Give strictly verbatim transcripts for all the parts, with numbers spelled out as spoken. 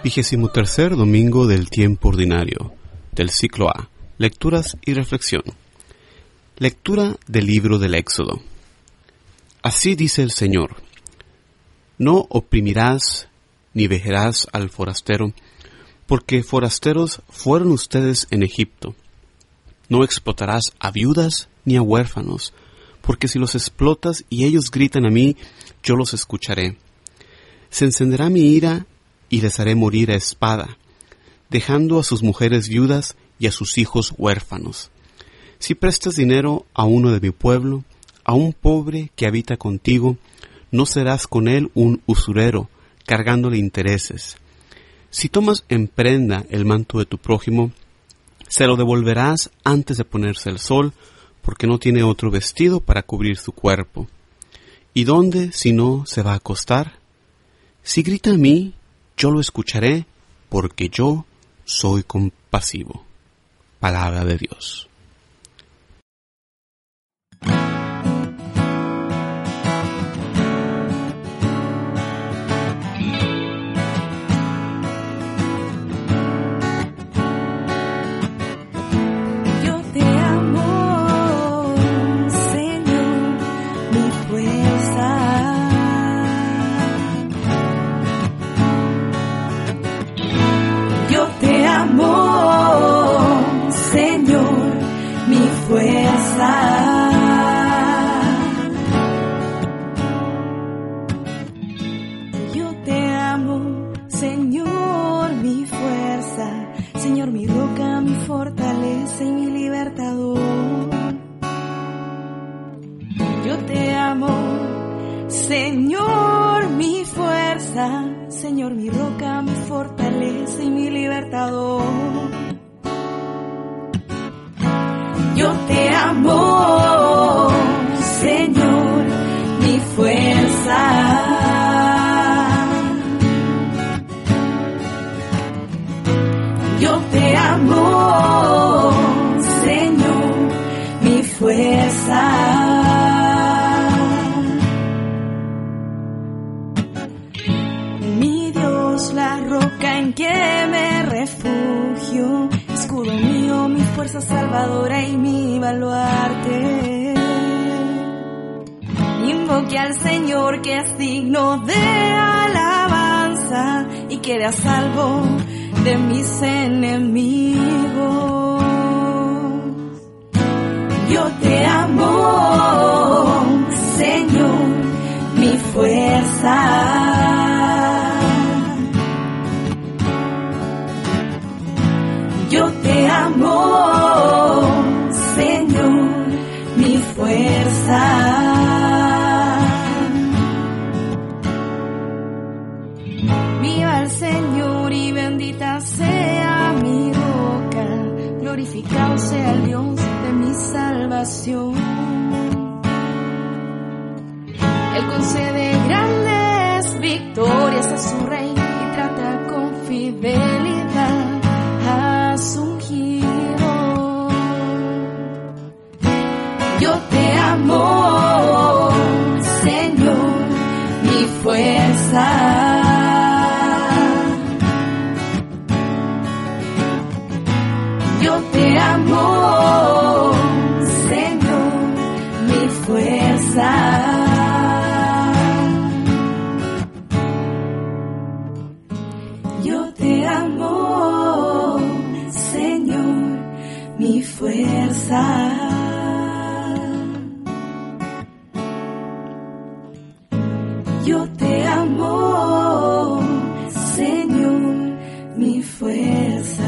Vigésimo tercer domingo del tiempo ordinario, del ciclo A. Lecturas y reflexión. Lectura del libro del Éxodo. Así dice el Señor: No oprimirás ni vejarás al forastero, porque forasteros fueron ustedes en Egipto. No explotarás a viudas ni a huérfanos, porque si los explotas y ellos gritan a mí, yo los escucharé. Se encenderá mi ira y les haré morir a espada, dejando a sus mujeres viudas y a sus hijos huérfanos. Si prestas dinero a uno de mi pueblo, a un pobre que habita contigo, no serás con él un usurero, cargándole intereses. Si tomas en prenda el manto de tu prójimo, se lo devolverás antes de ponerse el sol, porque no tiene otro vestido para cubrir su cuerpo. ¿Y dónde, si no, se va a acostar? Si grita a mí, yo lo escucharé, porque yo soy compasivo. Palabra de Dios. Yo te amo, Señor, mi fuerza, Señor, mi roca, mi fortaleza y mi libertador. Yo te amo, Señor, mi fuerza, Señor, mi roca, mi fortaleza y mi libertador. Yo te amo, Señor, mi fuerza. Yo te amo, Señor, mi fuerza. Mi Dios, la roca en que me refugio, escudo mío, mi fuerza salvadora y mi baluarte. Invoque al Señor, que es digno de alabanza y quede a salvo de mis enemigos. Yo te amo, Señor, mi fuerza. Yo te amo, Señor, mi fuerza. Viva el Señor y bendita sea mi roca, glorificado sea el Dios de mi salvación. Él concede grandes victorias a su rey y trata con fidelidad a su ungido. Yo te amo, Señor, mi fuerza. Yo te amo, Señor, mi fuerza. Yo te amo, Señor, mi fuerza. Yo te amo, Señor, mi fuerza.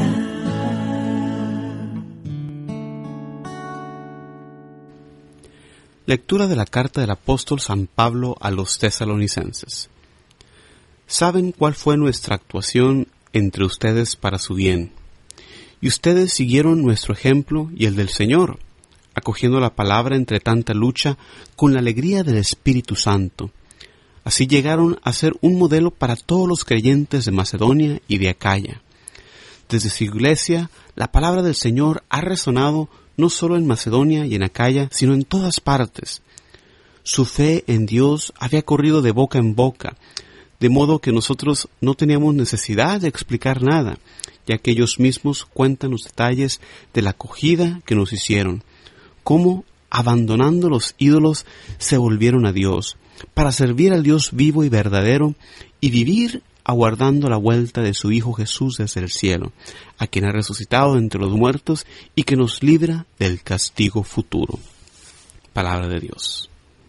Lectura de la carta del apóstol San Pablo a los tesalonicenses. Saben cuál fue nuestra actuación entre ustedes para su bien, y ustedes siguieron nuestro ejemplo y el del Señor, acogiendo la palabra entre tanta lucha con la alegría del Espíritu Santo. Así llegaron a ser un modelo para todos los creyentes de Macedonia y de Acaya. Desde su iglesia, la palabra del Señor ha resonado no solo en Macedonia y en Acaya, sino en todas partes. Su fe en Dios había corrido de boca en boca, de modo que nosotros no teníamos necesidad de explicar nada, ya que ellos mismos cuentan los detalles de la acogida que nos hicieron, cómo, abandonando los ídolos, se volvieron a Dios, para servir al Dios vivo y verdadero, y vivir aguardando la vuelta de su Hijo Jesús desde el cielo, a quien ha resucitado entre los muertos y que nos libra del castigo futuro. Palabra de Dios.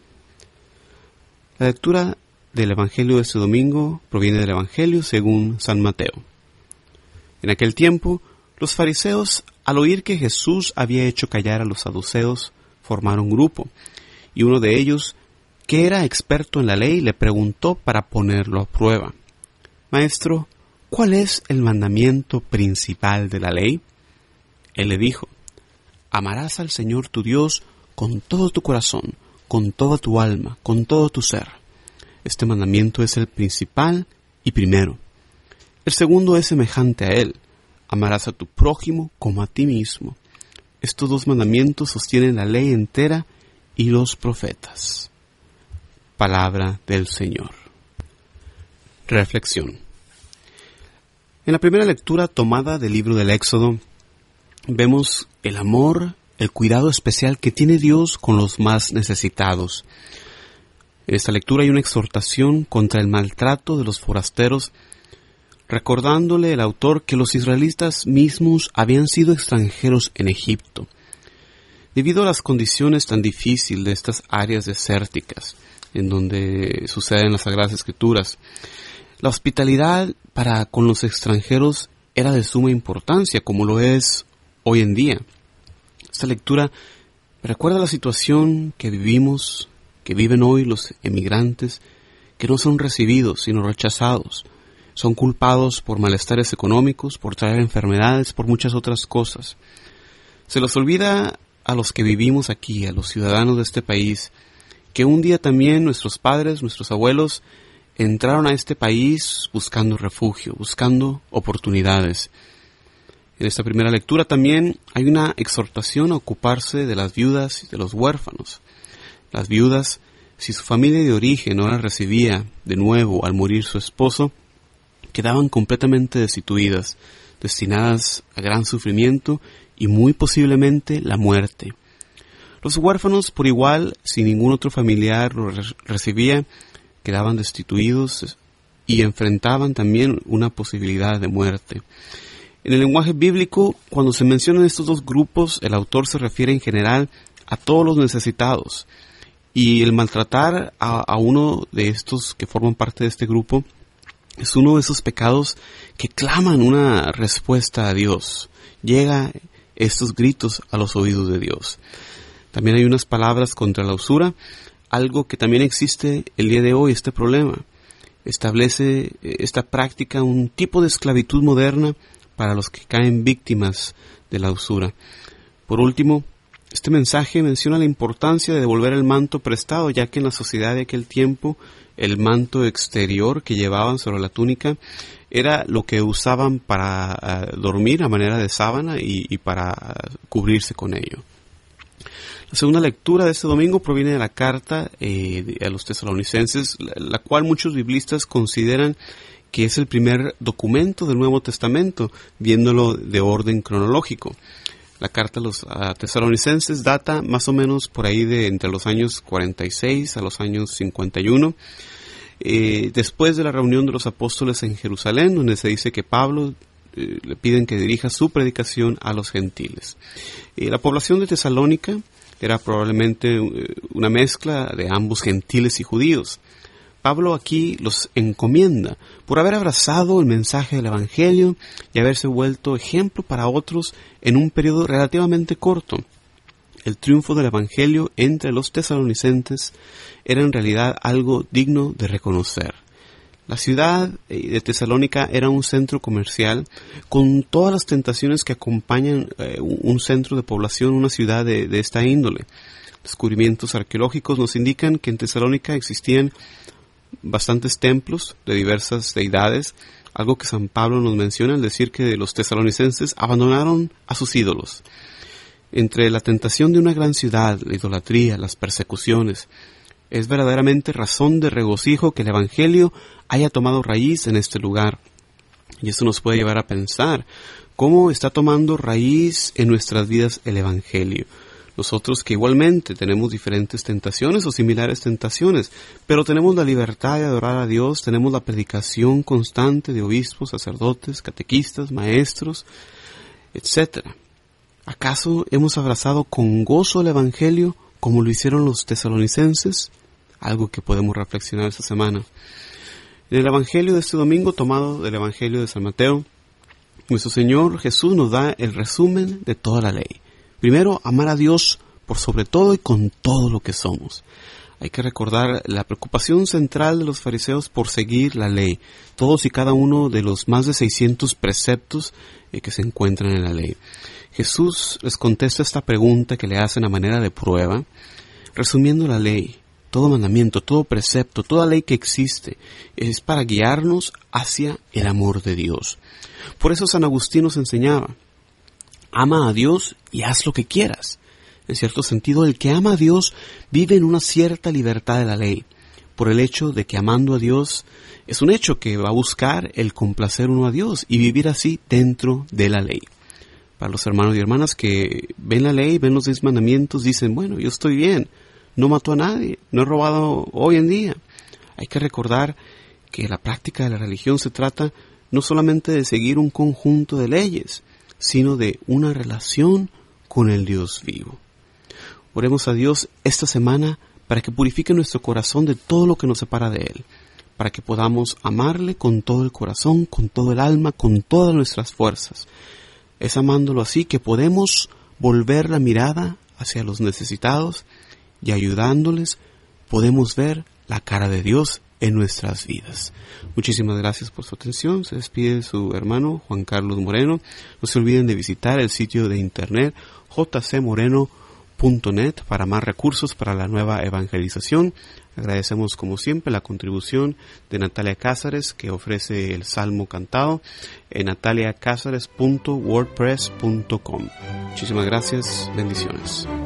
La lectura del Evangelio de este domingo proviene del Evangelio según San Mateo. En aquel tiempo, los fariseos, al oír que Jesús había hecho callar a los saduceos, formaron un grupo, y uno de ellos, que era experto en la ley, le preguntó para ponerlo a prueba: Maestro, ¿cuál es el mandamiento principal de la ley? Él le dijo: Amarás al Señor tu Dios con todo tu corazón, con toda tu alma, con todo tu ser. Este mandamiento es el principal y primero. El segundo es semejante a él: amarás a tu prójimo como a ti mismo. Estos dos mandamientos sostienen la ley entera y los profetas. Palabra del Señor. Reflexión. En la primera lectura tomada del libro del Éxodo, vemos el amor, el cuidado especial que tiene Dios con los más necesitados. En esta lectura hay una exhortación contra el maltrato de los forasteros, recordándole el autor que los israelitas mismos habían sido extranjeros en Egipto. Debido a las condiciones tan difíciles de estas áreas desérticas, en donde suceden las Sagradas Escrituras, la hospitalidad para con los extranjeros era de suma importancia, como lo es hoy en día. Esta lectura recuerda la situación que vivimos, que viven hoy los emigrantes, que no son recibidos, sino rechazados. Son culpados por malestares económicos, por traer enfermedades, por muchas otras cosas. Se les olvida a los que vivimos aquí, a los ciudadanos de este país, que un día también nuestros padres, nuestros abuelos, entraron a este país buscando refugio, buscando oportunidades. En esta primera lectura también hay una exhortación a ocuparse de las viudas y de los huérfanos. Las viudas, si su familia de origen no las recibía de nuevo al morir su esposo, quedaban completamente destituidas, destinadas a gran sufrimiento y muy posiblemente la muerte. Los huérfanos, por igual, si ningún otro familiar los re- recibía, quedaban destituidos y enfrentaban también una posibilidad de muerte. En el lenguaje bíblico, cuando se mencionan estos dos grupos, el autor se refiere en general a todos los necesitados, y el maltratar a, a uno de estos que forman parte de este grupo es uno de esos pecados que claman una respuesta a Dios. Llega estos gritos a los oídos de Dios. También hay unas palabras contra la usura, algo que también existe el día de hoy, este problema. Establece esta práctica un tipo de esclavitud moderna para los que caen víctimas de la usura. Por último, este mensaje menciona la importancia de devolver el manto prestado, ya que en la sociedad de aquel tiempo el manto exterior que llevaban sobre la túnica era lo que usaban para uh, dormir a manera de sábana y, y para uh, cubrirse con ello. La segunda lectura de este domingo proviene de la carta eh, a los tesalonicenses, la, la cual muchos biblistas consideran que es el primer documento del Nuevo Testamento, viéndolo de orden cronológico. La carta a los a tesalonicenses data más o menos por ahí de entre los años cuarenta y seis a los años cincuenta y uno, eh, después de la reunión de los apóstoles en Jerusalén, donde se dice que Pablo eh, le piden que dirija su predicación a los gentiles. Eh, la población de Tesalónica era probablemente eh, una mezcla de ambos gentiles y judíos. Pablo aquí los encomienda por haber abrazado el mensaje del Evangelio y haberse vuelto ejemplo para otros en un periodo relativamente corto. El triunfo del Evangelio entre los tesalonicenses era en realidad algo digno de reconocer. La ciudad de Tesalónica era un centro comercial con todas las tentaciones que acompañan eh, un centro de población, una ciudad de, de esta índole. Descubrimientos arqueológicos nos indican que en Tesalónica existían bastantes templos de diversas deidades, algo que San Pablo nos menciona al decir que los tesalonicenses abandonaron a sus ídolos. Entre la tentación de una gran ciudad, la idolatría, las persecuciones, Es verdaderamente razón de regocijo que el Evangelio haya tomado raíz en este lugar. Y esto nos puede llevar a pensar cómo está tomando raíz en nuestras vidas el Evangelio. Nosotros que igualmente tenemos diferentes tentaciones o similares tentaciones, pero tenemos la libertad de adorar a Dios, tenemos la predicación constante de obispos, sacerdotes, catequistas, maestros, etcétera. ¿Acaso hemos abrazado con gozo el Evangelio como lo hicieron los tesalonicenses? Algo que podemos reflexionar esta semana. En el Evangelio de este domingo, tomado del Evangelio de San Mateo, nuestro Señor Jesús nos da el resumen de toda la ley. Primero, amar a Dios por sobre todo y con todo lo que somos. Hay que recordar la preocupación central de los fariseos por seguir la ley, todos y cada uno de los más de seiscientos preceptos eh, que se encuentran en la ley. Jesús les contesta esta pregunta que le hacen a manera de prueba, resumiendo la ley. Todo mandamiento, todo precepto, toda ley que existe es para guiarnos hacia el amor de Dios. Por eso San Agustín nos enseñaba, ama a Dios y haz lo que quieras. En cierto sentido, el que ama a Dios vive en una cierta libertad de la ley, por el hecho de que amando a Dios es un hecho que va a buscar el complacer uno a Dios y vivir así dentro de la ley. Para los hermanos y hermanas que ven la ley, ven los diez mandamientos, dicen, bueno, yo estoy bien, no mato a nadie, no he robado hoy en día. Hay que recordar que la práctica de la religión se trata no solamente de seguir un conjunto de leyes, sino de una relación con el Dios vivo. Oremos a Dios esta semana para que purifique nuestro corazón de todo lo que nos separa de Él, para que podamos amarle con todo el corazón, con todo el alma, con todas nuestras fuerzas. Es amándolo así que podemos volver la mirada hacia los necesitados y ayudándoles podemos ver la cara de Dios en nuestras vidas. Muchísimas gracias por su atención. Se despide su hermano Juan Carlos Moreno. No se olviden de visitar el sitio de internet j c moreno punto net para más recursos para la nueva evangelización. Agradecemos como siempre la contribución de Natalia Cázares, que ofrece el Salmo cantado en natalia cázares punto wordpress punto com. Muchísimas gracias. Bendiciones.